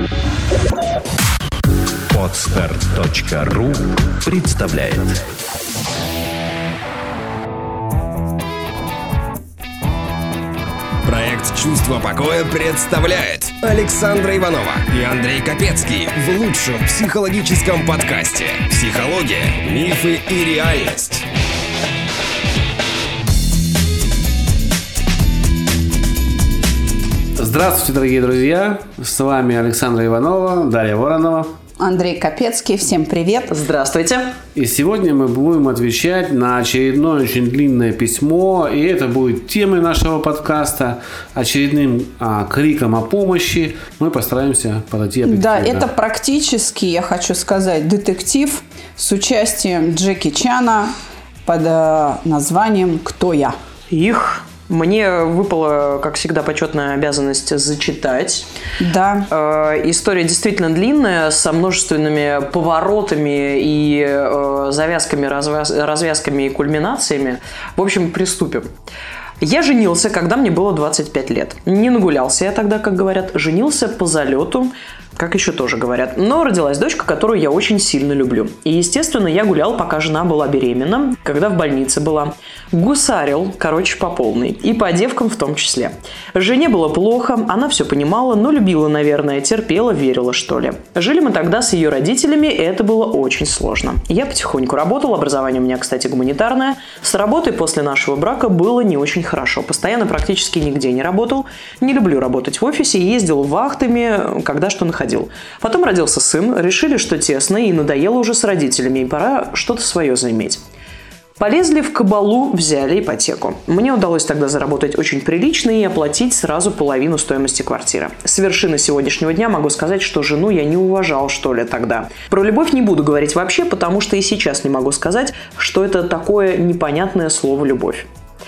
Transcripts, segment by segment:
Podster.ru представляет. Проект «Чувство покоя» представляет Александра Иванова и Андрей Капецкий в лучшем психологическом подкасте «Психология, мифы и реальность». Здравствуйте, дорогие друзья! С вами Александра Иванова, Дарья Воронова, Андрей Капецкий. Всем привет! Здравствуйте! И сегодня мы будем отвечать на очередное очень длинное письмо, и это будет темой нашего подкаста, очередным криком о помощи. Мы постараемся подойти объективно. Да, это практически, я хочу сказать, детектив с участием Джеки Чана под названием «Кто я?». Мне выпала, как всегда, почетная обязанность зачитать. Да. История действительно длинная, со множественными поворотами и завязками, развязками и кульминациями. В общем, приступим. Я женился, когда мне было 25 лет. Не нагулялся я тогда, как говорят, женился по залету, как еще тоже говорят. Но родилась дочка, которую я очень сильно люблю. И, естественно, я гулял, пока жена была беременна, когда в больнице была. Гусарил, по полной. И по девкам в том числе. Жене было плохо, она все понимала, но любила, наверное, терпела, верила, что ли. Жили мы тогда с ее родителями, и это было очень сложно. Я потихоньку работал, образование у меня, кстати, гуманитарное. С работой после нашего брака было не очень хорошо. Постоянно практически нигде не работал. Не люблю работать в офисе, ездил вахтами, когда что находил. Потом родился сын, решили, что тесно и надоело уже с родителями, и пора что-то свое заиметь. Полезли в кабалу, взяли ипотеку. Мне удалось тогда заработать очень прилично и оплатить сразу половину стоимости квартиры. С вершины сегодняшнего дня могу сказать, что жену я не уважал, что ли, тогда. Про любовь не буду говорить вообще, потому что и сейчас не могу сказать, что это такое непонятное слово «любовь».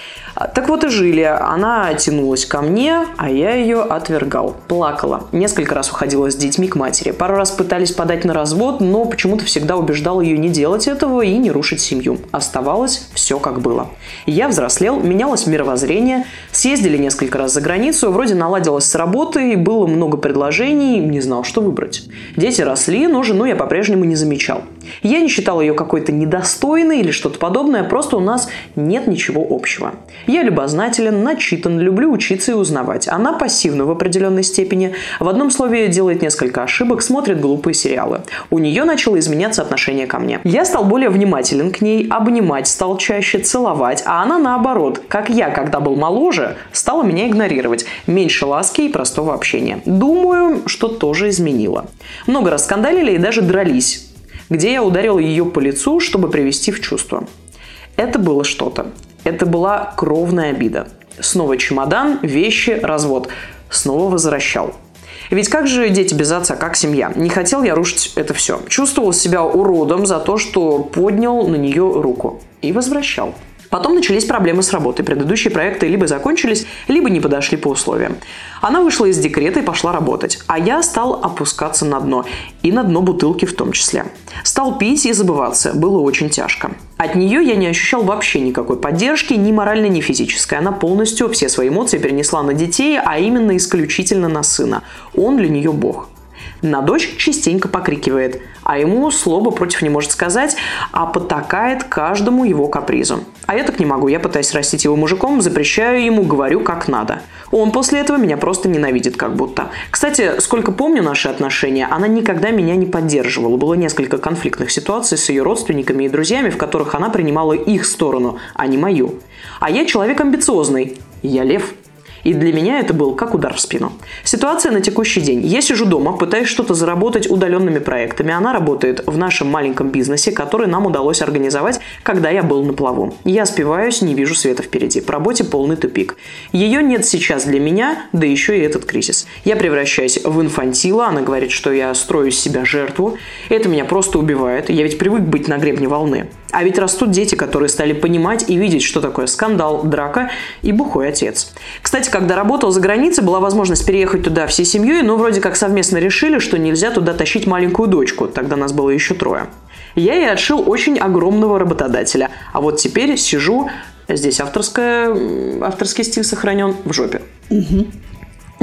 Так вот и жили. Она тянулась ко мне, а я ее отвергал. Плакала. Несколько раз уходила с детьми к матери. Пару раз пытались подать на развод, но почему-то всегда убеждал ее не делать этого и не рушить семью. Оставалось все как было. Я взрослел, менялось мировоззрение, съездили несколько раз за границу, вроде наладилось с работой, было много предложений, не знал, что выбрать. Дети росли, но жену я по-прежнему не замечал. Я не считал ее какой-то недостойной или что-то подобное, просто у нас нет ничего общего. Я любознателен, начитан, люблю учиться и узнавать. Она пассивна в определенной степени. В одном слове делает несколько ошибок, смотрит глупые сериалы. У нее начало изменяться отношение ко мне. Я стал более внимателен к ней, обнимать стал чаще, целовать, а она наоборот, как я, когда был моложе, стала меня игнорировать. Меньше ласки и простого общения. Думаю, что тоже изменило. Много раз скандалили и даже дрались, где я ударил ее по лицу, чтобы привести в чувство. Это было что-то. Это была кровная обида. Снова чемодан, вещи, развод. Снова возвращал. Ведь как же дети без отца, как семья? Не хотел я рушить это все. Чувствовал себя уродом за то, что поднял на нее руку. И возвращал. Потом начались проблемы с работой. Предыдущие проекты либо закончились, либо не подошли по условиям. Она вышла из декрета и пошла работать. А я стал опускаться на дно. И на дно бутылки в том числе. Стал пить и забываться. Было очень тяжко. От нее я не ощущал вообще никакой поддержки, ни моральной, ни физической. Она полностью все свои эмоции перенесла на детей, а именно исключительно на сына. Он для нее бог. На дочь частенько покрикивает, а ему слова против не может сказать, а потакает каждому его капризу. А я так не могу, я пытаюсь растить его мужиком, запрещаю ему, говорю как надо. Он после этого меня просто ненавидит как будто. Кстати, сколько помню наши отношения, она никогда меня не поддерживала. Было несколько конфликтных ситуаций с ее родственниками и друзьями, в которых она принимала их сторону, а не мою. А я человек амбициозный, я лев. И для меня это был как удар в спину. Ситуация на текущий день. Я сижу дома, пытаюсь что-то заработать удаленными проектами. Она работает в нашем маленьком бизнесе, который нам удалось организовать, когда я был на плаву. Я спиваюсь, не вижу света впереди. По работе полный тупик. Ее нет сейчас для меня, да еще и этот кризис. Я превращаюсь в инфантила. Она говорит, что я строю из себя жертву. Это меня просто убивает. Я ведь привык быть на гребне волны. А ведь растут дети, которые стали понимать и видеть, что такое скандал, драка и бухой отец. Кстати, когда работал за границей, была возможность переехать туда всей семьей, но вроде как совместно решили, что нельзя туда тащить маленькую дочку. Тогда нас было еще 3. Я ей отшил очень огромного работодателя. А вот теперь сижу, здесь авторский стиль сохранен, в жопе.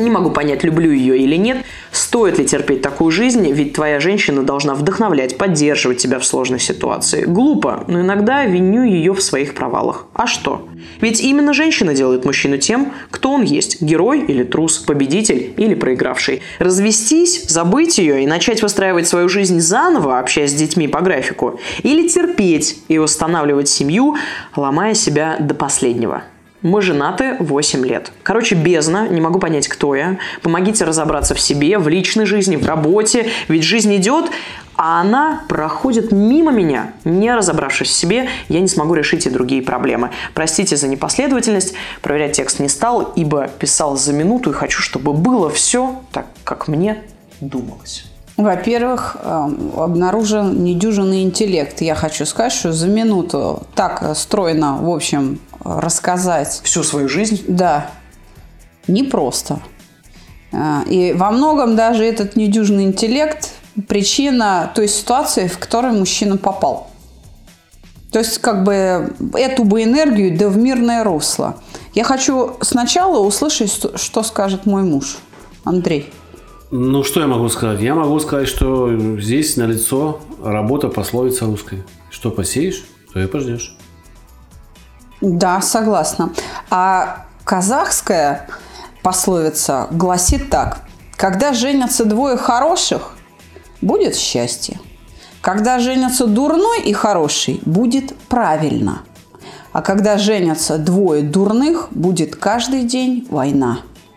Не могу понять, люблю ее или нет. Стоит ли терпеть такую жизнь, ведь твоя женщина должна вдохновлять, поддерживать тебя в сложной ситуации. Глупо, но иногда виню ее в своих провалах. А что? Ведь именно женщина делает мужчину тем, кто он есть. Герой или трус, победитель или проигравший. Развестись, забыть ее и начать выстраивать свою жизнь заново, общаясь с детьми по графику. Или терпеть и восстанавливать семью, ломая себя до последнего. Мы женаты 8 лет. Короче, бездна, не могу понять, кто я. Помогите разобраться в себе, в личной жизни, в работе. Ведь жизнь идет, а она проходит мимо меня. Не разобравшись в себе, я не смогу решить и другие проблемы. Простите за непоследовательность. Проверять текст не стал, ибо писал за минуту и хочу, чтобы было все так, как мне думалось. Во-первых, обнаружен недюжинный интеллект. Я хочу сказать, что за минуту так стройно, в общем, рассказать Всю свою жизнь? Да, непросто. И во многом даже этот недюжинный интеллект – причина той ситуации, в которой мужчина попал. То есть, как бы, эту бы энергию да в мирное русло. Я хочу сначала услышать, что скажет мой муж, Андрей. Ну, что я могу сказать? Я могу сказать, что здесь налицо работа пословицы русской. Что посеешь, то и пожнешь. Да, согласна. А казахская пословица гласит так. Когда женятся двое хороших, будет счастье. Когда женятся дурной и хороший, будет правильно. А когда женятся двое дурных, будет каждый день война.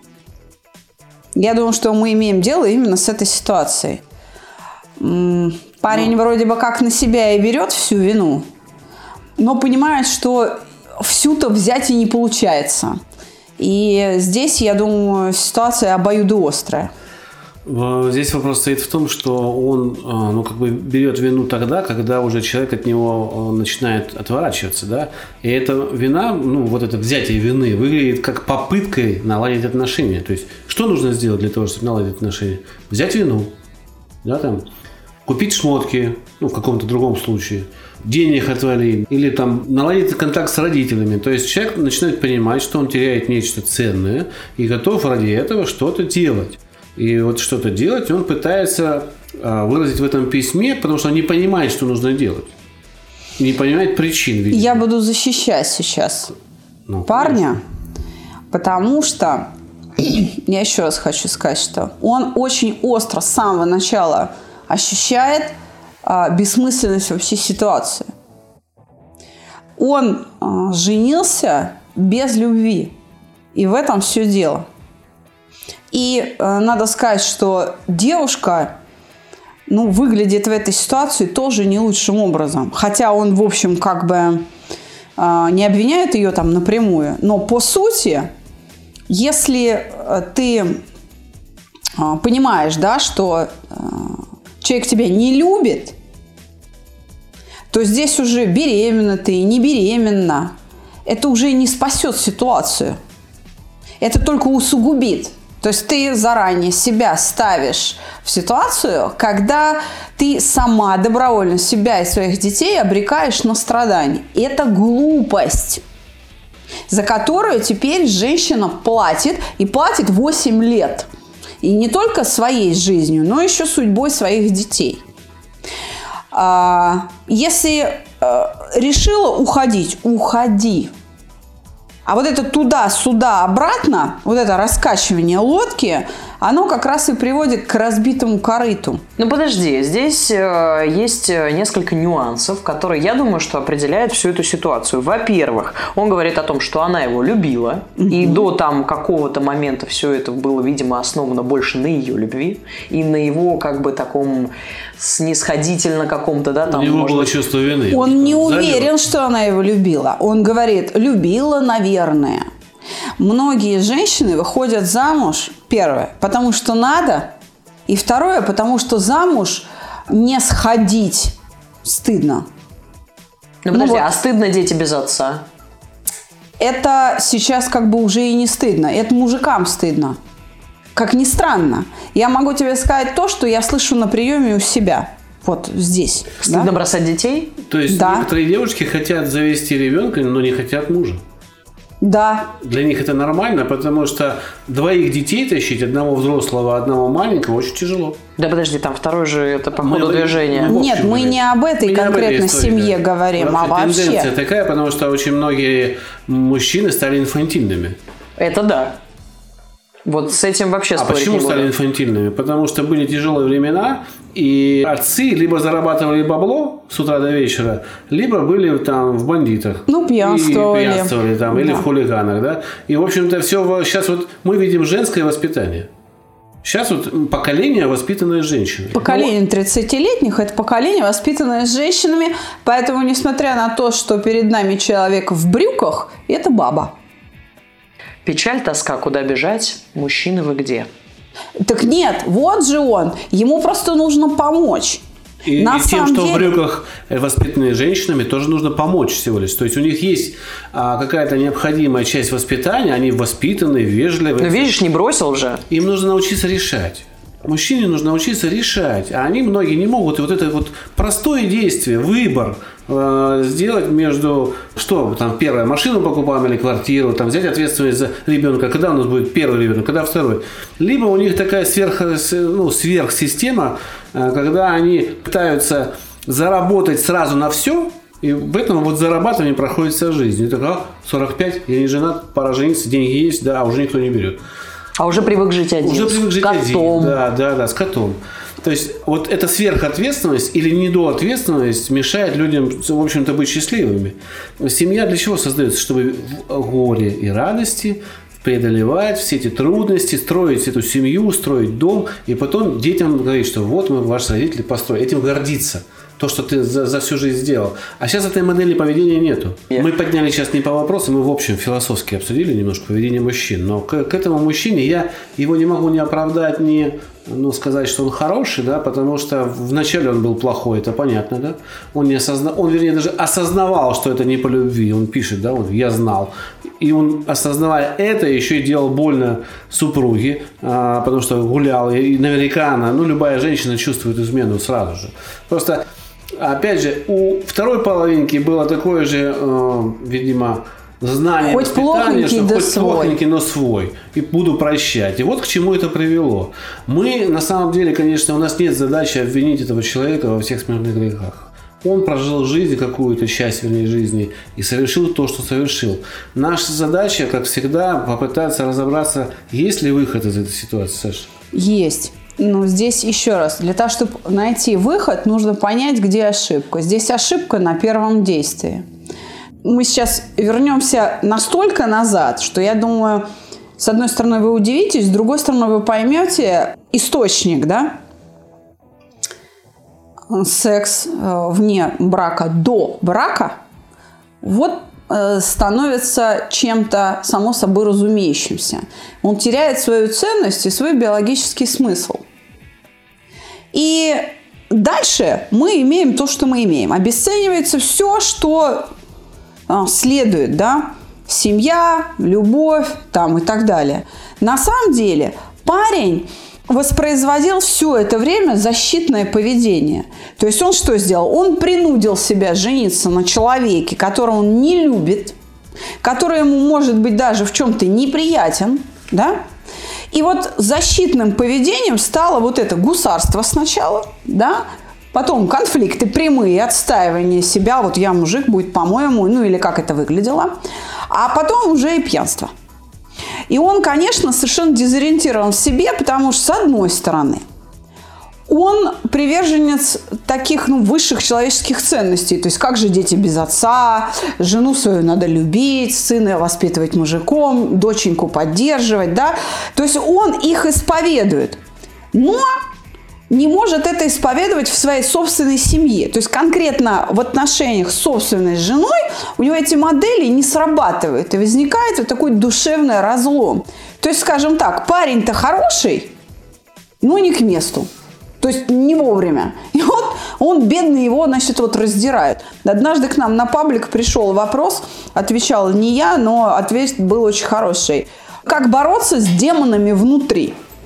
Я думаю, что мы имеем дело именно с этой ситуацией. Парень вроде бы как на себя и берет всю вину, но понимает, что всю-то взять и не получается. И здесь, я думаю, ситуация обоюдоострая. Здесь вопрос стоит в том, что он берет вину тогда, когда уже человек от него начинает отворачиваться, да, и эта вина, это взятие вины выглядит как попыткой наладить отношения. То есть, что нужно сделать для того, чтобы наладить отношения? Взять вину, да, там, купить шмотки, в каком-то другом случае, денег отвалить, или там наладить контакт с родителями. То есть, человек начинает понимать, что он теряет нечто ценное и готов ради этого что-то делать. И вот что-то делать он пытается выразить в этом письме, потому что он не понимает, что нужно делать. Не понимает причин. Видимо. Я буду защищать сейчас парня, потому что я еще раз хочу сказать, что он очень остро с самого начала ощущает бессмысленность вообще ситуации. Он женился без любви. И в этом все дело. И надо сказать, что девушка выглядит в этой ситуации тоже не лучшим образом. Хотя он, в общем, не обвиняет ее там напрямую. Но по сути, если ты понимаешь, да, что человек тебя не любит, то здесь уже беременна ты, не беременна. Это уже не спасет ситуацию. Это только усугубит. То есть ты заранее себя ставишь в ситуацию, когда ты сама добровольно себя и своих детей обрекаешь на страдания. Это глупость, за которую теперь женщина платит, и платит 8 лет. И не только своей жизнью, но еще судьбой своих детей. Если решила уходить, уходи. А вот это туда-сюда, обратно, вот это раскачивание лодки, оно как раз и приводит к разбитому корыту. Ну подожди, здесь есть несколько нюансов, которые, я думаю, что определяют всю эту ситуацию. Во-первых, он говорит о том, что она его любила, и до там какого-то момента все это было, видимо, основано больше на ее любви и на его таком снисходительно каком-то, да, там. У него было чувство вины. Он не уверен, что она его любила. Он говорит, любила, наверное. Многие женщины выходят замуж, первое, потому что надо, и второе, потому что замуж не сходить стыдно. Подожди, а стыдно дети без отца? Это сейчас уже и не стыдно, это мужикам стыдно. Как ни странно. Я могу тебе сказать то, что я слышу на приеме у себя. Вот здесь. Стыдно бросать детей? То есть некоторые девушки хотят завести ребенка, но не хотят мужа. Да. Для них это нормально, потому что двоих детей тащить, одного взрослого, одного маленького, очень тяжело. Да подожди, там второй же это по ходу движения. Нет, мы не об этой конкретно семье говорим, а вообще. Тенденция такая, потому что очень многие мужчины стали инфантильными. Это да. Вот с этим вообще спорить почему не буду. стали инфантильными? Потому что были тяжелые времена, и отцы либо зарабатывали бабло с утра до вечера, либо были там в бандитах. Ну, пьянствовали там, или в хулиганах, да. И, в общем-то, все сейчас вот мы видим женское воспитание. Сейчас вот поколение, воспитанное женщинами. Поколение 30-летних – это поколение, воспитанное женщинами. Поэтому, несмотря на то, что перед нами человек в брюках, это баба. Печаль, тоска, куда бежать? Мужчины, вы где? Так нет, вот же он. Ему просто нужно помочь. И тем, что в брюках воспитанные женщинами, тоже нужно помочь всего лишь. То есть у них есть какая-то необходимая часть воспитания, они воспитанные, вежливые. Ну, видишь, не бросил же. Им нужно научиться решать. Мужчине нужно научиться решать, а они многие не могут. И вот это вот простое действие, выбор сделать между, что там, первая машину покупаем или квартиру, там, взять ответственность за ребенка, когда у нас будет первый ребенок, когда второй. Либо у них такая сверхсистема, когда они пытаются заработать сразу на все, и в этом вот зарабатывание проходит вся жизнь. И так, 45, я не женат, пора жениться, деньги есть, да, уже никто не берет. А уже привык жить один. Уже привык жить котом. Один. Да, с котом. То есть, вот эта сверхответственность или недоответственность мешает людям, в общем-то, быть счастливыми. Семья для чего создается? Чтобы в горе и радости преодолевать все эти трудности, строить эту семью, строить дом, и потом детям говорить, что вот мы, ваши родители, построили. Этим гордиться. То, что ты за всю жизнь сделал. А сейчас этой модели поведения нету. Мы подняли сейчас не по вопросу, мы в общем философски обсудили немножко поведение мужчин. Но к этому мужчине я его не могу ни оправдать, ни сказать, что он хороший, да, потому что вначале он был плохой, это понятно, да. Он вернее, даже осознавал, что это не по любви. Он пишет, да, вот я знал. И он, осознавая это, еще и делал больно супруге, потому что гулял. И наверняка она, любая женщина чувствует измену сразу же. Просто опять же, у второй половинки было такое же, видимо, знание, хоть воспитание, что да хоть свой. плохонький, но свой. И буду прощать. И вот к чему это привело. Мы, на самом деле, конечно, у нас нет задачи обвинить этого человека во всех смертных грехах. Он прожил жизнь, какую-то часть, вернее, жизни, и совершил то, что совершил. Наша задача, как всегда, попытаться разобраться, есть ли выход из этой ситуации, Саша? Есть. Здесь еще раз, для того, чтобы найти выход, нужно понять, где ошибка. Здесь ошибка на первом действии. Мы сейчас вернемся настолько назад, что я думаю, с одной стороны вы удивитесь, с другой стороны вы поймете источник, да? Секс вне брака до брака становится чем-то само собой разумеющимся. Он теряет свою ценность и свой биологический смысл. И дальше мы имеем то, что мы имеем. Обесценивается все, что следует, да? Семья, любовь там, и так далее. На самом деле парень воспроизводил все это время защитное поведение. То есть он что сделал? Он принудил себя жениться на человеке, которого он не любит, который ему, может быть, даже в чем-то неприятен, да? И вот защитным поведением стало вот это гусарство сначала, да? Потом конфликты прямые, отстаивание себя, вот я мужик, будет по-моему, или как это выглядело. А потом уже и пьянство. И он, конечно, совершенно дезориентирован в себе, потому что, с одной стороны, он приверженец таких высших человеческих ценностей. То есть, как же дети без отца, жену свою надо любить, сына воспитывать мужиком, доченьку поддерживать, да. То есть, он их исповедует, но не может это исповедовать в своей собственной семье. То есть, конкретно в отношениях с собственной женой у него эти модели не срабатывают. И возникает вот такой душевный разлом. То есть, скажем так, парень-то хороший, но не к месту. То есть, не вовремя. И вот он, бедный, его, раздирает. Однажды к нам на паблик пришел вопрос, отвечала не я, но ответ был очень хороший. Как бороться с демонами внутри?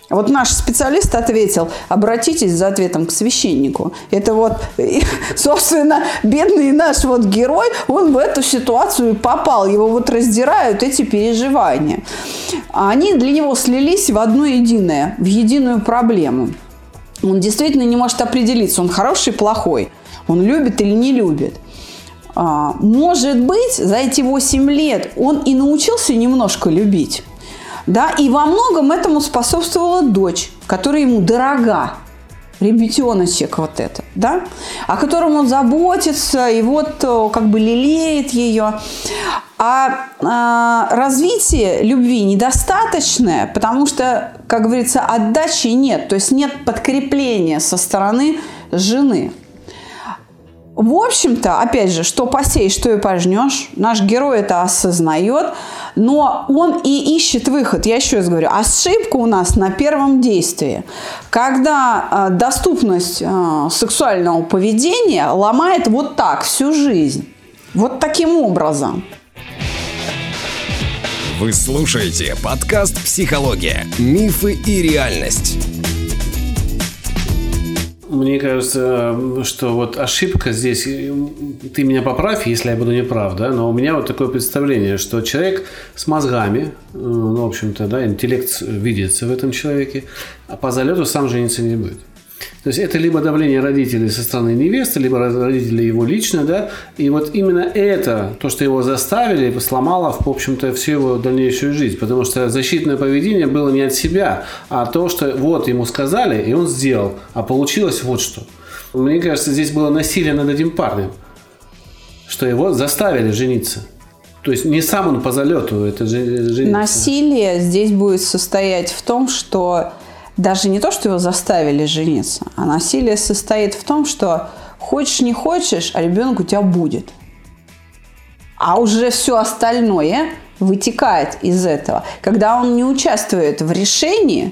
Вот наш специалист ответил: обратитесь за ответом к священнику. Это вот, собственно, бедный наш вот герой, он в эту ситуацию попал. Его вот раздирают эти переживания. Они для него слились в одно единое, в единую проблему. Он действительно не может определиться, он хороший, плохой, он любит или не любит. Может быть, за эти 8 лет он и научился немножко любить. Да, и во многом этому способствовала дочь, которая ему дорога, ребятеночек вот этот, да, о котором он заботится и вот как бы лелеет ее. А развитие любви недостаточное, потому что, как говорится, отдачи нет, то есть нет подкрепления со стороны жены. В общем-то, опять же, что посеешь, что и пожнешь. Наш герой это осознает, но он и ищет выход. Я еще раз говорю, ошибка у нас на первом действии, когда доступность сексуального поведения ломает вот так всю жизнь. Вот таким образом. Вы слушаете подкаст «Психология. Мифы и реальность». Мне кажется, что вот ошибка здесь, ты меня поправь, если я буду неправ, да, но у меня вот такое представление, что человек с мозгами, ну, в общем-то, да, интеллект видится в этом человеке, а по залету сам жениться не будет. То есть это либо давление родителей со стороны невесты, либо родители его лично, да, и вот именно это, то, что его заставили, сломало, в общем-то, всю его дальнейшую жизнь, потому что защитное поведение было не от себя, а то, что вот ему сказали, и он сделал, а получилось вот что. Мне кажется, здесь было насилие над этим парнем, что его заставили жениться. То есть не сам он по залету это жениться. Насилие здесь будет состоять в том, что даже не то, что его заставили жениться, а насилие состоит в том, что хочешь не хочешь, а ребенок у тебя будет. А уже все остальное вытекает из этого. Когда он не участвует в решении,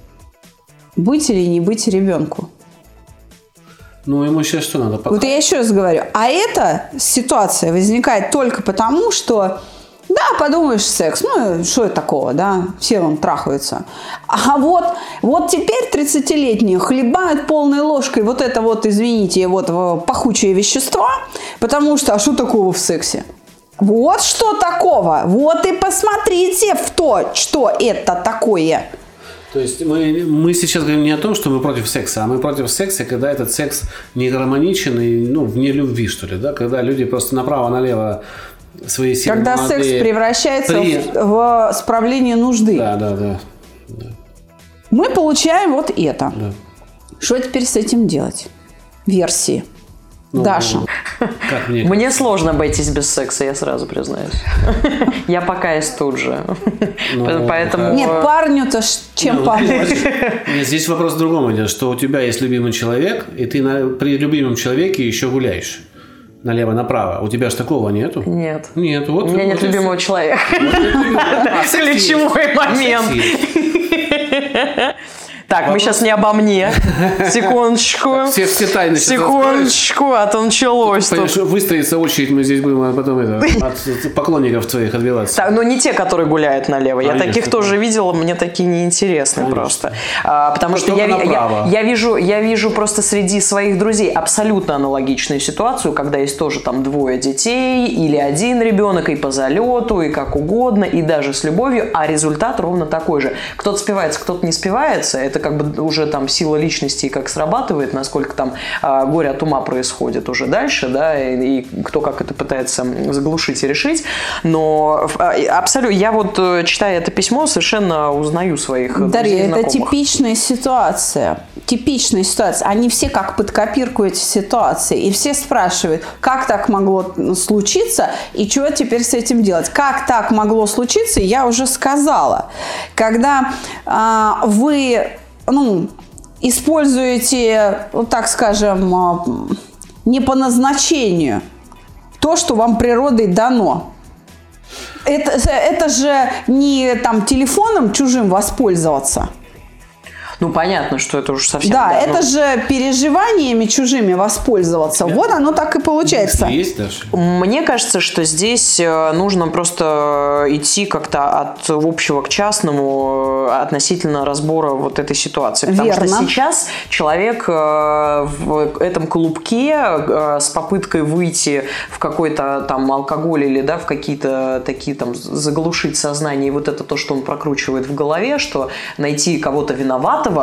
быть или не быть ребенку. Ну, ему сейчас что надо? Вот я еще раз говорю. А эта ситуация возникает только потому, что да, подумаешь, секс, ну, что это такого, да, все вон трахаются. А вот теперь 30-летние хлебают полной ложкой вот это вот, извините, вот пахучее вещество, потому что, а что такого в сексе? Вот что такого, вот и посмотрите в то, что это такое. То есть мы сейчас говорим не о том, что мы против секса, а мы против секса, когда этот секс не гармоничен и, ну, вне любви, что ли, да, когда люди просто направо-налево свои силы. Когда секс превращается в справление нужды. Да. Мы получаем вот это. Да. Что теперь с этим делать? Версии. Даша. Как мне сложно обойтись без секса, я сразу признаюсь. Я покаюсь тут же. Поэтому... Нет, парню-то чем помочь? Нет, здесь вопрос в другом идет, что у тебя есть любимый человек, и ты при любимом человеке еще гуляешь. Налево-направо. У тебя же такого нету? Нет. Нет. Вот, у меня нет любимого человека. Ключевой момент. Так, мы сейчас не обо мне. Секундочку. Все тайны. Секундочку, а то началось. Выстроится очередь, мы здесь будем потом от поклонников твоих отбиваться. Так, но не те, которые гуляют налево. Я таких тоже видела, мне такие неинтересны просто. Потому что я вижу просто среди своих друзей абсолютно аналогичную ситуацию, когда есть тоже там 2 детей или 1 ребенок, и по залету, и как угодно, и даже с любовью, а результат ровно такой же. Кто-то спивается, кто-то не спивается. Это как бы уже там сила личности как срабатывает, насколько там горе от ума происходит уже дальше, да, и кто как это пытается заглушить и решить. Но абсолютно, я вот, читая это письмо, совершенно узнаю своих Дарья, друзей, это типичная ситуация. Типичная ситуация. Они все как под копирку эти ситуации. И все спрашивают, как так могло случиться и что теперь с этим делать. Как так могло случиться, я уже сказала. Когда вы используете, вот так скажем, не по назначению то, что вам природой дано. Это же не там телефоном чужим воспользоваться. Ну, понятно, что это уж совсем... Да, это же переживаниями чужими воспользоваться. Вот оно так и получается. Есть даже. Мне кажется, что здесь нужно просто идти как-то от общего к частному относительно разбора вот этой ситуации. Потому Верно. что сейчас человек в этом клубке с попыткой выйти в какой-то там алкоголь или в какие-то такие там заглушить сознание, и вот это то, что он прокручивает в голове, что найти кого-то виноватого,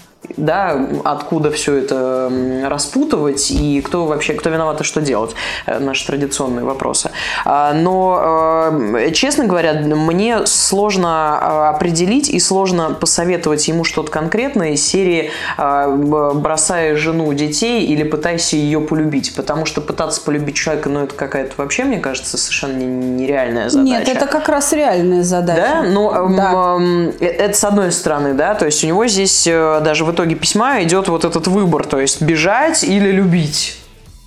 откуда все это распутывать и кто виноват и что делать. Наши традиционные вопросы. Но, честно говоря, мне сложно определить и сложно посоветовать ему что-то конкретное из серии «бросая жену, детей» или «пытайся ее полюбить». Потому что пытаться полюбить человека, это какая-то вообще, мне кажется, совершенно нереальная задача. Нет, это как раз реальная задача. Да? Ну, это с одной стороны, то есть у него здесь даже в итоге письма идет вот этот выбор, то есть бежать или любить.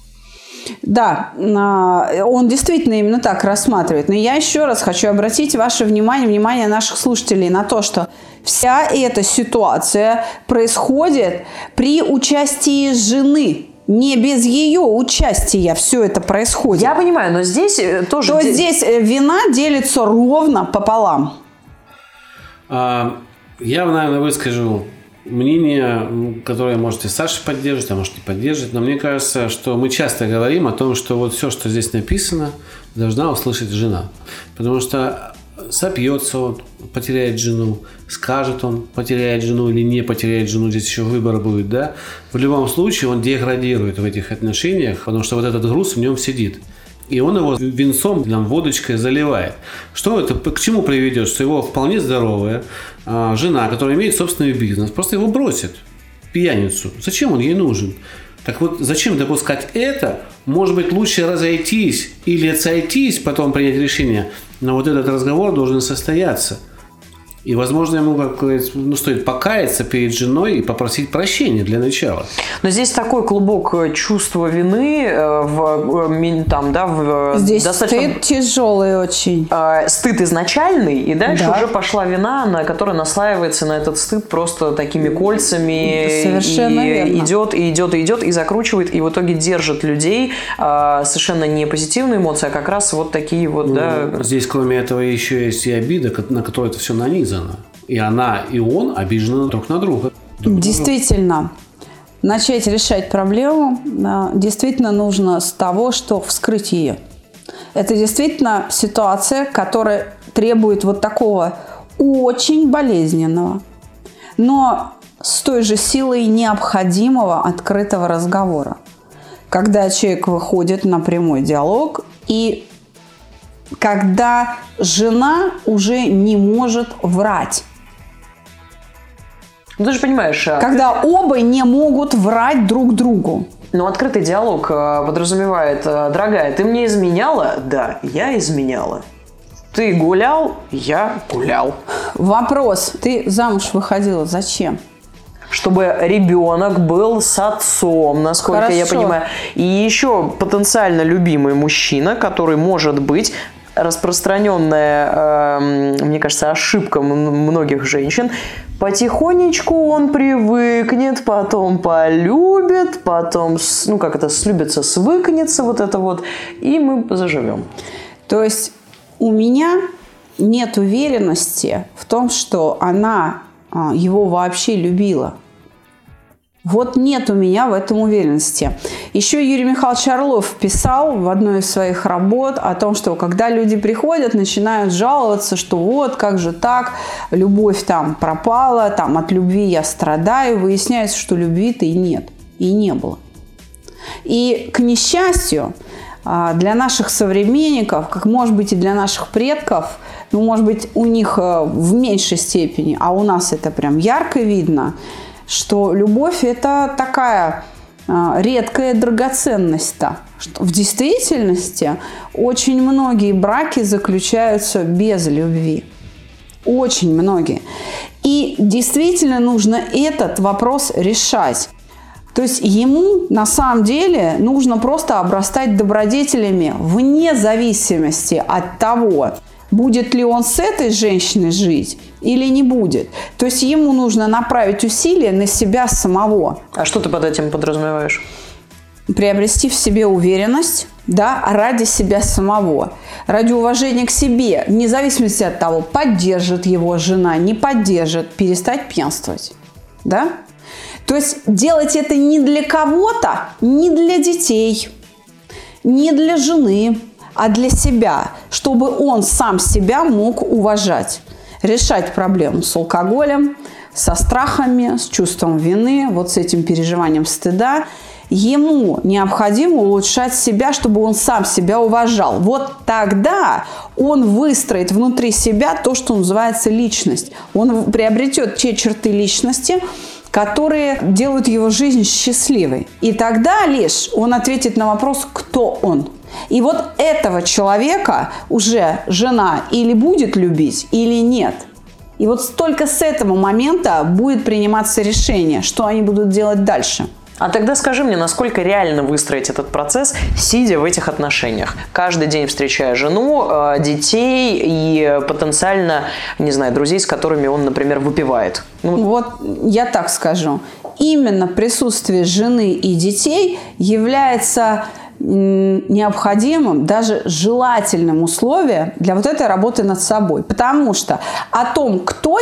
Да, он действительно именно так рассматривает. Но я еще раз хочу обратить ваше внимание наших слушателей на то, что вся эта ситуация происходит при участии жены. Не без ее участия все это происходит. Я понимаю, но здесь тоже... То есть здесь вина делится ровно пополам. Я, наверное, выскажу мнение, которое можете Саша поддерживать, а может не поддерживать, но мне кажется, что мы часто говорим о том, что вот все, что здесь написано, должна услышать жена. Потому что сопьется он, потеряет жену, скажет он, потеряет жену или не потеряет жену, здесь еще выбор будет, да? В любом случае он деградирует в этих отношениях, потому что вот этот груз в нем сидит. И он его винцом, водочкой заливает. Что это, к чему приведет? Что его вполне здоровая жена, которая имеет собственный бизнес, просто его бросит, пьяницу. Зачем он ей нужен? Так вот, зачем допускать это? Может быть, лучше разойтись или сойтись, потом принять решение. Но вот этот разговор должен состояться. И, возможно, ему стоит покаяться перед женой и попросить прощения для начала. Но здесь такой клубок чувства вины здесь достаточно... стыд тяжелый очень. Стыд изначальный, и дальше уже пошла вина, которая наслаивается на этот стыд просто такими кольцами. Совершенно верно. Идет, и закручивает, и в итоге держит людей совершенно не позитивные эмоции, а как раз вот такие вот, Здесь, кроме этого, еще есть и обида, на которую это все нанизано. И она, и он обижены друг на друга. Действительно, начать решать проблему действительно нужно с того, что вскрыть ее. Это действительно ситуация, которая требует вот такого очень болезненного, но с той же силой необходимого открытого разговора. Когда человек выходит на прямой диалог и когда жена уже не может врать. Ну, ты же понимаешь... Когда оба не могут врать друг другу. Но открытый диалог подразумевает: дорогая, ты мне изменяла? Да, я изменяла. Ты гулял? Я гулял. Вопрос: ты замуж выходила зачем? Чтобы ребенок был с отцом, насколько я понимаю. И еще потенциально любимый мужчина, который может быть... распространенная, мне кажется, ошибка многих женщин. Потихонечку он привыкнет, потом полюбит, потом, слюбится, свыкнется, вот это вот, и мы заживем. То есть у меня нет уверенности в том, что она его вообще любила. Вот нет у меня в этом уверенности. Еще Юрий Михайлович Орлов писал в одной из своих работ о том, что когда люди приходят, начинают жаловаться, что вот как же так, любовь там пропала, там от любви я страдаю, выясняется, что любви-то и нет, и не было. И, к несчастью, для наших современников, как может быть и для наших предков, может быть у них в меньшей степени, а у нас это прям ярко видно, что любовь – это такая редкая драгоценность-то. Что в действительности очень многие браки заключаются без любви. Очень многие. И действительно нужно этот вопрос решать. То есть ему на самом деле нужно просто обрастать добродетелями вне зависимости от того, будет ли он с этой женщиной жить или не будет. То есть ему нужно направить усилия на себя самого. А что ты под этим подразумеваешь? Приобрести в себе уверенность, да, ради себя самого, ради уважения к себе, вне зависимости от того, поддержит его жена, не поддержит, перестать пьянствовать, да. То есть делать это не для кого-то, не для детей, не для жены, а для себя, чтобы он сам себя мог уважать, решать проблему с алкоголем, со страхами, с чувством вины, вот с этим переживанием стыда. Ему необходимо улучшать себя, чтобы он сам себя уважал. Вот тогда он выстроит внутри себя то, что называется личность. Он приобретет те черты личности, которые делают его жизнь счастливой. И тогда лишь он ответит на вопрос, кто он. И вот этого человека уже жена или будет любить, или нет. И вот только с этого момента будет приниматься решение, что они будут делать дальше. А тогда скажи мне, насколько реально выстроить этот процесс, сидя в этих отношениях? Каждый день встречая жену, детей и потенциально, не знаю, друзей, с которыми он, например, выпивает. Вот я так скажу. Именно присутствие жены и детей является необходимым, даже желательным условием для вот этой работы над собой. Потому что о том, кто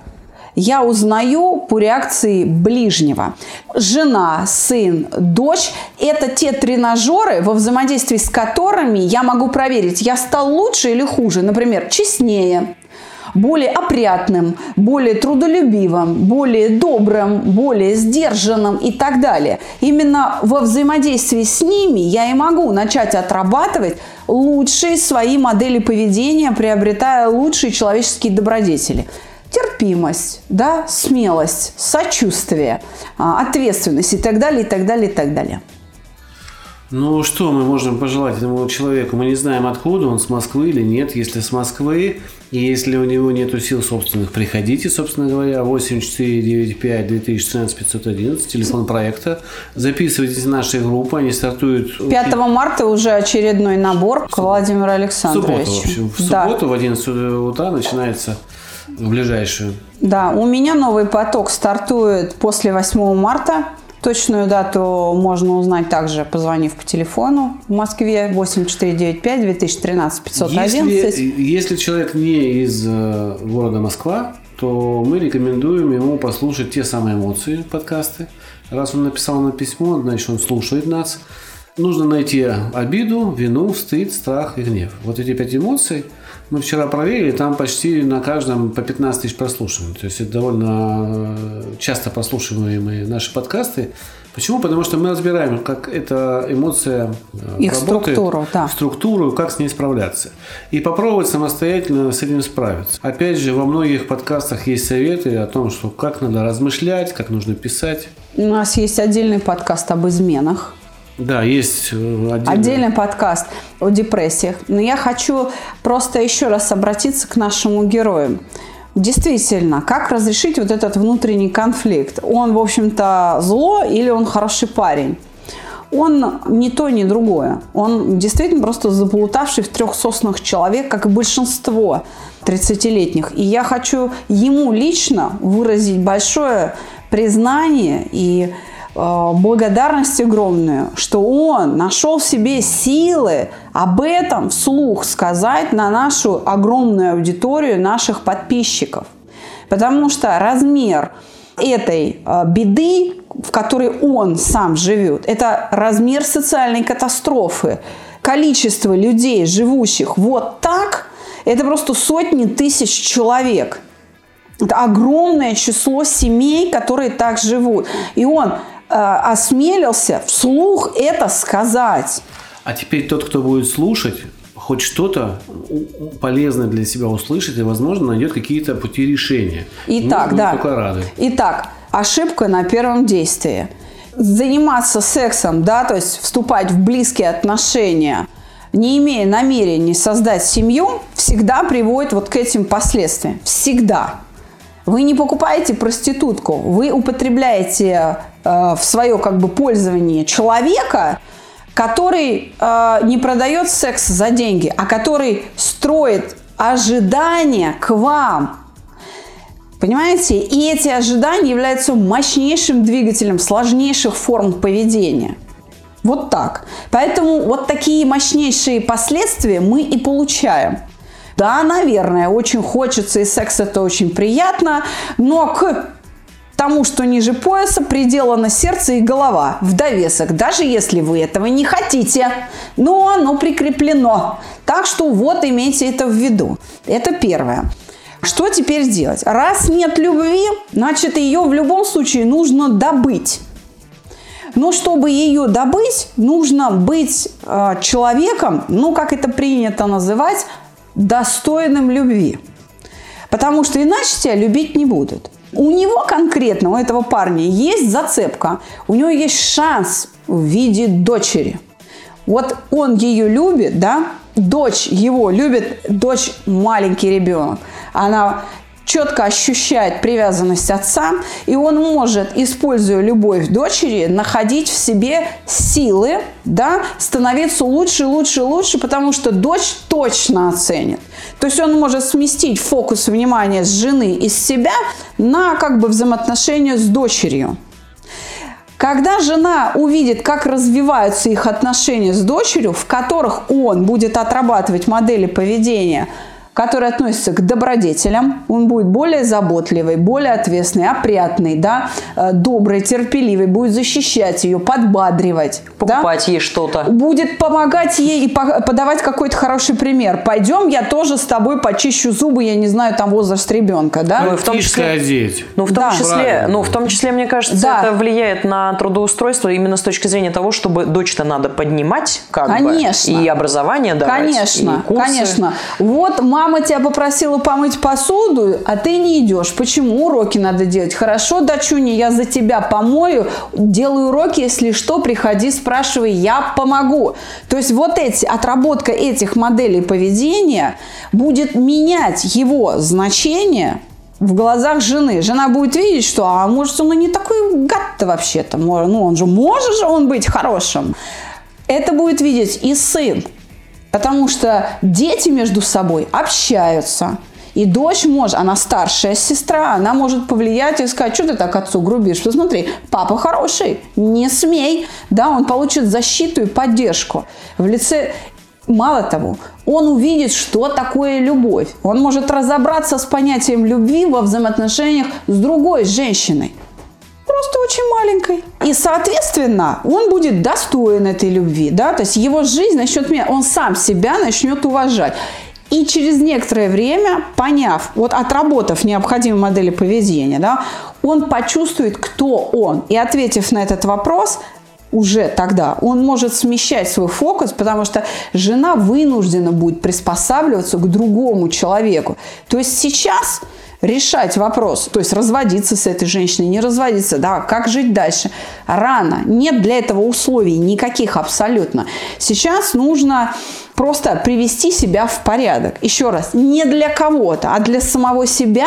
я узнаю по реакции ближнего. Жена, сын, дочь – это те тренажеры, во взаимодействии с которыми я могу проверить, я стал лучше или хуже. Например, честнее, более опрятным, более трудолюбивым, более добрым, более сдержанным и так далее. Именно во взаимодействии с ними я и могу начать отрабатывать лучшие свои модели поведения, приобретая лучшие человеческие добродетели. Терпимость, да, смелость, сочувствие, ответственность и так далее, и так далее, и так далее. Ну, что мы можем пожелать этому человеку? Мы не знаем, откуда он, с Москвы или нет. Если с Москвы, и если у него нет сил собственных, приходите, собственно говоря, 8495-2014-511, телефон проекта. Записывайтесь в наши группы, они стартуют... 5 марта уже очередной набор к Владимиру Александровичу. В субботу, в общем. В субботу в 11 утра начинается... В ближайшую. Да, у меня новый поток стартует после 8 марта. Точную дату можно узнать также, позвонив по телефону в Москве 8495-2013-511. Если человек не из города Москва, то мы рекомендуем ему послушать те самые эмоции, подкасты. Раз он написал на письмо, значит, он слушает нас. Нужно найти обиду, вину, стыд, страх и гнев. Вот эти 5 эмоций мы вчера проверили, там почти на каждом по 15 тысяч прослушиваний. То есть это довольно часто прослушиваемые наши подкасты. Почему? Потому что мы разбираем, как эта эмоция их работает, структуру, да. структуру, как с ней справляться. И попробовать самостоятельно с этим справиться. Опять же, во многих подкастах есть советы о том, что как надо размышлять, как нужно писать. У нас есть отдельный подкаст об изменах. Да, есть отдельный подкаст о депрессиях. Но я хочу просто еще раз обратиться к нашему герою. Действительно, как разрешить вот этот внутренний конфликт? Он, в общем-то, зло или он хороший парень? Он ни то, ни другое. Он действительно просто заплутавший в 3 соснах человек, как и большинство 30-летних. И я хочу ему лично выразить большое признание и благодарность огромную, что он нашел в себе силы об этом вслух сказать на нашу огромную аудиторию наших подписчиков. Потому что размер этой беды, в которой он сам живет, это размер социальной катастрофы. Количество людей, живущих вот так, это просто сотни тысяч человек. Это огромное число семей, которые так живут. И он осмелился вслух это сказать. А теперь тот, кто будет слушать, хоть что-то полезное для себя услышит и, возможно, найдет какие-то пути решения. Итак, да. Только рады. Итак, ошибка на первом действии. Заниматься сексом, да, то есть вступать в близкие отношения, не имея намерения создать семью, всегда приводит вот к этим последствиям. Всегда. Вы не покупаете проститутку, вы употребляете в свое пользование человека, который не продает секс за деньги, а который строит ожидания к вам. Понимаете? И эти ожидания являются мощнейшим двигателем сложнейших форм поведения. Вот так. Поэтому вот такие мощнейшие последствия мы и получаем. Да, наверное, очень хочется, и секс это очень приятно, но к тому, что ниже пояса, приделано сердце и голова в довесок, даже если вы этого не хотите, но оно прикреплено. Так что вот имейте это в виду. Это первое. Что теперь делать? Раз нет любви, значит, ее в любом случае нужно добыть. Но чтобы ее добыть, нужно быть человеком, ну, как это принято называть, достойным любви. Потому что иначе тебя любить не будут. У него конкретно, у этого парня, есть зацепка. У него есть шанс в виде дочери. Вот он ее любит, да? Дочь его любит, дочь маленький ребенок. Она четко ощущает привязанность отца, и он может, используя любовь дочери, находить в себе силы, да, становиться лучше, лучше, лучше, потому что дочь точно оценит. То есть он может сместить фокус внимания с жены и с себя на как бы взаимоотношения с дочерью. Когда жена увидит, как развиваются их отношения с дочерью, в которых он будет отрабатывать модели поведения, которые относятся к добродетелям, он будет более заботливый, более ответственный, опрятный, да, добрый, терпеливый, будет защищать ее, подбадривать. Покупать ей что-то. Будет помогать ей и подавать какой-то хороший пример. Пойдем, я тоже с тобой почищу зубы, я не знаю, там возраст ребенка, да? Ну, в том числе, одеть. В том числе, мне кажется, да. Это влияет на трудоустройство именно с точки зрения того, чтобы дочь-то надо поднимать, конечно. И образование давать, конечно, и курсы. Конечно. Вот мама тебя попросила помыть посуду, а ты не идешь. Почему? Уроки надо делать. Хорошо, дочуня, я за тебя помою, делаю уроки, если что, приходи, спрашивай, я помогу. То есть вот отработка этих моделей поведения будет менять его значение в глазах жены. Жена будет видеть, что, а может, он и не такой гад-то вообще-то. Ну, он же может же он быть хорошим. Это будет видеть и сын. Потому что дети между собой общаются. И дочь может, она старшая сестра, она может повлиять и сказать, что ты так отцу грубишь? Посмотри, папа хороший, не смей. Да, он получит защиту и поддержку в лице. Мало того, он увидит, что такое любовь. Он может разобраться с понятием любви во взаимоотношениях с другой женщиной. Просто очень маленькой. И, соответственно, он будет достоин этой любви. Да? То есть его жизнь начнет менять. Он сам себя начнет уважать. И через некоторое время, поняв, вот отработав необходимые модели поведения, да, он почувствует, кто он. И ответив на этот вопрос, уже тогда он может смещать свой фокус, потому что жена вынуждена будет приспосабливаться к другому человеку. То есть сейчас решать вопрос, то есть разводиться с этой женщиной, не разводиться, да, как жить дальше, рано. Нет для этого условий никаких абсолютно. Сейчас нужно просто привести себя в порядок. Еще раз, не для кого-то, а для самого себя,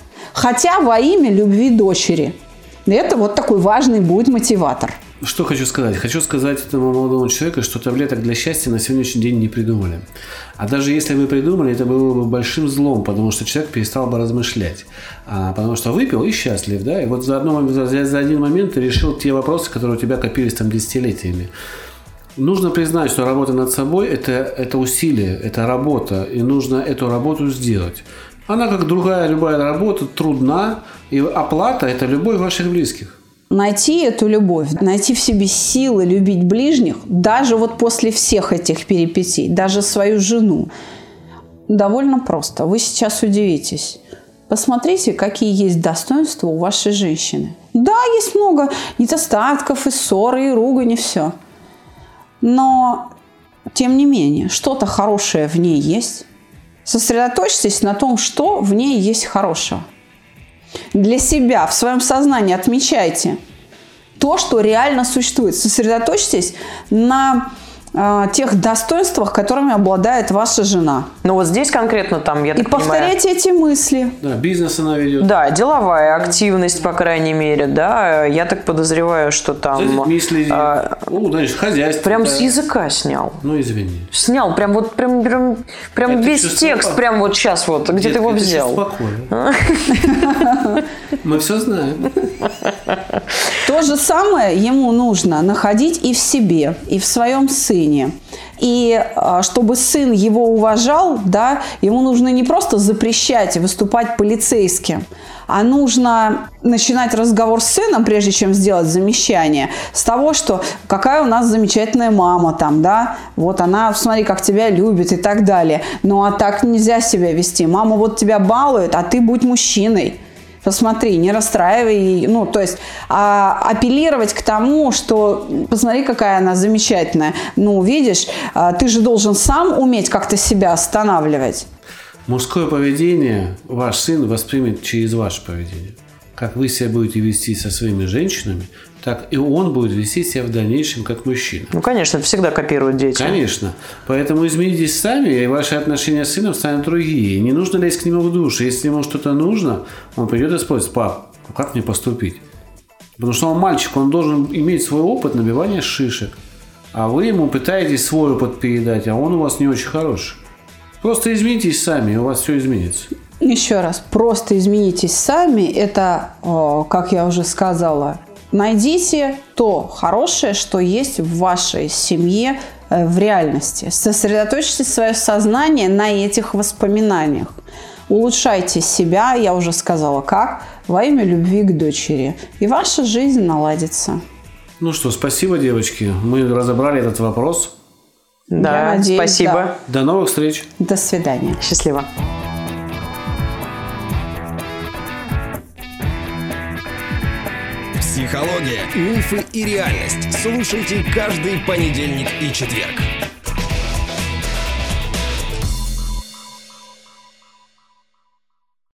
хотя во имя любви дочери. Это вот такой важный будет мотиватор. Что хочу сказать? Хочу сказать этому молодому человеку, что таблеток для счастья на сегодняшний день не придумали. А даже если бы придумали, это было бы большим злом, потому что человек перестал бы размышлять. Потому что выпил и счастлив, да? И вот за один момент ты решил те вопросы, которые у тебя копились там десятилетиями. Нужно признать, что работа над собой – это усилие, это работа, и нужно эту работу сделать. Она, как другая любая работа, трудна, и оплата – это любовь ваших близких. Найти эту любовь, найти в себе силы любить ближних, даже вот после всех этих перипетий, даже свою жену, довольно просто. Вы сейчас удивитесь. Посмотрите, какие есть достоинства у вашей женщины. Да, есть много недостатков, и ссоры, и ругань, и все. Но, тем не менее, что-то хорошее в ней есть. Сосредоточьтесь на том, что в ней есть хорошего. Для себя в своем сознании отмечайте то, что реально существует. Сосредоточьтесь на тех достоинствах, которыми обладает ваша жена. Ну вот здесь конкретно там, я И так понимаю... повторяйте эти мысли. Да, бизнес она ведет. Да, деловая активность, по крайней мере, да. Я так подозреваю, что там... За детьми следи. Значит, хозяйство. Прям с языка снял. Ну, извини. Снял, прям весь текст, прям вот сейчас вот, где ты его взял. Спокойно. Мы все знаем. То же самое ему нужно находить и в себе, и в своем сыне. И чтобы сын его уважал, да, ему нужно не просто запрещать выступать полицейским, а нужно начинать разговор с сыном, прежде чем сделать замечание, с того, что какая у нас замечательная мама там, да, вот она, смотри, как тебя любит и так далее. Ну, а так нельзя себя вести. Мама вот тебя балует, а ты будь мужчиной. Посмотри, не расстраивай ее. Ну, то есть апеллировать к тому, что посмотри, какая она замечательная. Ну, видишь, ты же должен сам уметь как-то себя останавливать. Мужское поведение ваш сын воспримет через ваше поведение. Как вы себя будете вести со своими женщинами, так и он будет вести себя в дальнейшем как мужчина. Ну, конечно, это всегда копируют дети. Конечно. Поэтому изменитесь сами, и ваши отношения с сыном станут другие. Не нужно лезть к нему в душу. Если ему что-то нужно, он придет и спросит: пап, как мне поступить? Потому что он мальчик, он должен иметь свой опыт набивания шишек. А вы ему пытаетесь свой опыт передать, а он у вас не очень хороший. Просто изменитесь сами, и у вас все изменится. Еще раз, просто изменитесь сами. Это, как я уже сказала, найдите то хорошее, что есть в вашей семье в реальности. Сосредоточьте свое сознание на этих воспоминаниях. Улучшайте себя, я уже сказала, как, во имя любви к дочери. И ваша жизнь наладится. Ну что, спасибо, девочки. Мы разобрали этот вопрос. Да, Я надеюсь, спасибо. да. До новых встреч. До свидания. Счастливо. Психология, мифы и реальность. Слушайте каждый понедельник и четверг.